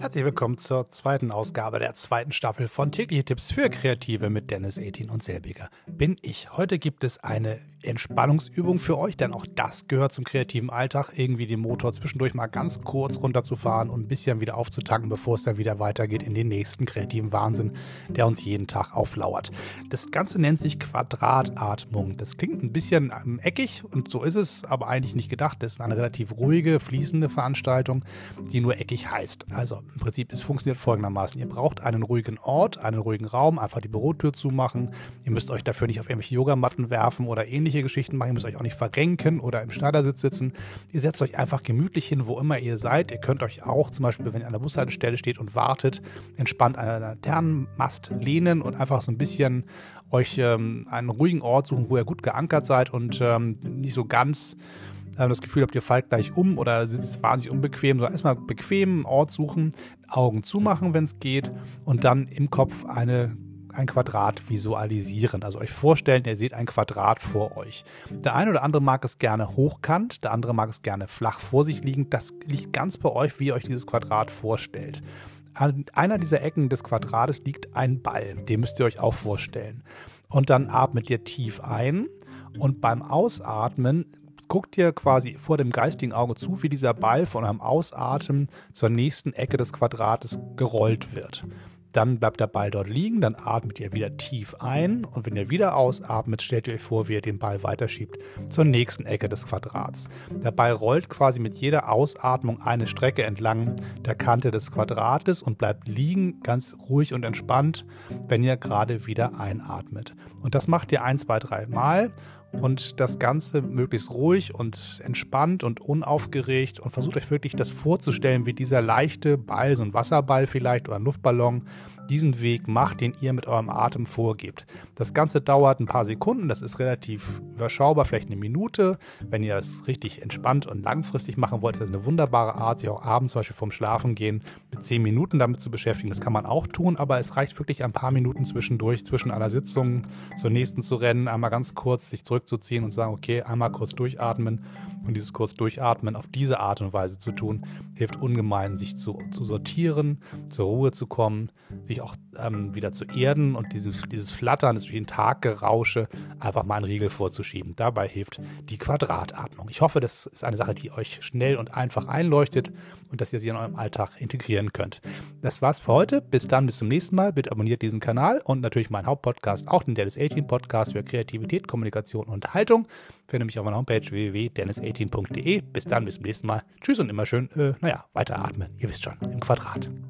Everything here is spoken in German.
Herzlich willkommen zur zweiten Ausgabe der zweiten Staffel von Tägliche Tipps für Kreative mit Dennis Etin und Selbiger. Bin ich. Heute gibt es eine Entspannungsübung für euch, denn auch das gehört zum kreativen Alltag, irgendwie den Motor zwischendurch mal ganz kurz runterzufahren und ein bisschen wieder aufzutanken, bevor es dann wieder weitergeht in den nächsten kreativen Wahnsinn, der uns jeden Tag auflauert. Das Ganze nennt sich Quadratatmung. Das klingt ein bisschen eckig und so ist es, aber eigentlich nicht gedacht. Das ist eine relativ ruhige, fließende Veranstaltung, die nur eckig heißt. Also im Prinzip, es funktioniert folgendermaßen. Ihr braucht einen ruhigen Ort, einen ruhigen Raum, einfach die Bürotür zumachen. Ihr müsst euch dafür nicht auf irgendwelche Yogamatten werfen oder ähnliche Geschichten machen. Ihr müsst euch auch nicht verrenken oder im Schneidersitz sitzen. Ihr setzt euch einfach gemütlich hin, wo immer ihr seid. Ihr könnt euch auch zum Beispiel, wenn ihr an der Bushaltestelle steht und wartet, entspannt an einer Laternenmast lehnen und einfach so ein bisschen euch einen ruhigen Ort suchen, wo ihr gut geankert seid und nicht so ganz das Gefühl habt, ihr fallt gleich um oder sitzt wahnsinnig unbequem, sondern erstmal bequemen Ort suchen, Augen zumachen, wenn es geht und dann im Kopf ein Quadrat visualisieren. Also euch vorstellen, ihr seht ein Quadrat vor euch. Der eine oder andere mag es gerne hochkant, der andere mag es gerne flach vor sich liegend. Das liegt ganz bei euch, wie ihr euch dieses Quadrat vorstellt. An einer dieser Ecken des Quadrates liegt ein Ball, den müsst ihr euch auch vorstellen. Und dann atmet ihr tief ein und beim Ausatmen guckt ihr quasi vor dem geistigen Auge zu, wie dieser Ball von eurem Ausatmen zur nächsten Ecke des Quadrates gerollt wird. Dann bleibt der Ball dort liegen, dann atmet ihr wieder tief ein und wenn ihr wieder ausatmet, stellt ihr euch vor, wie ihr den Ball weiterschiebt zur nächsten Ecke des Quadrats. Der Ball rollt quasi mit jeder Ausatmung eine Strecke entlang der Kante des Quadrates und bleibt liegen, ganz ruhig und entspannt, wenn ihr gerade wieder einatmet. Und das macht ihr 1, 2, 3 Mal. Und das Ganze möglichst ruhig und entspannt und unaufgeregt und versucht euch wirklich das vorzustellen, wie dieser leichte Ball, so ein Wasserball vielleicht oder ein Luftballon, diesen Weg macht, den ihr mit eurem Atem vorgebt. Das Ganze dauert ein paar Sekunden, das ist relativ überschaubar, vielleicht eine Minute. Wenn ihr das richtig entspannt und langfristig machen wollt, ist das eine wunderbare Art, sich auch abends zum Beispiel vorm Schlafengehen mit 10 Minuten damit zu beschäftigen. Das kann man auch tun, aber es reicht wirklich ein paar Minuten zwischendurch, zwischen einer Sitzung zur nächsten zu rennen, einmal ganz kurz sich zurückzuziehen und zu sagen, okay, einmal kurz durchatmen und dieses kurz Durchatmen auf diese Art und Weise zu tun, hilft ungemein, sich zu sortieren, zur Ruhe zu kommen, sich auch wieder zu erden und dieses Flattern, das durch den Tag Gerausche, einfach mal einen Riegel vorzuschieben. Dabei hilft die Quadratatmung. Ich hoffe, das ist eine Sache, die euch schnell und einfach einleuchtet und dass ihr sie in eurem Alltag integrieren könnt. Das war's für heute. Bis dann, bis zum nächsten Mal. Bitte abonniert diesen Kanal und natürlich meinen Hauptpodcast, auch den Dennis Etin Podcast für Kreativität, Kommunikation und Haltung. Findet mich auf meiner Homepage www.dennis18.de. Bis dann, bis zum nächsten Mal. Tschüss und immer schön, weiteratmen. Ihr wisst schon, im Quadrat.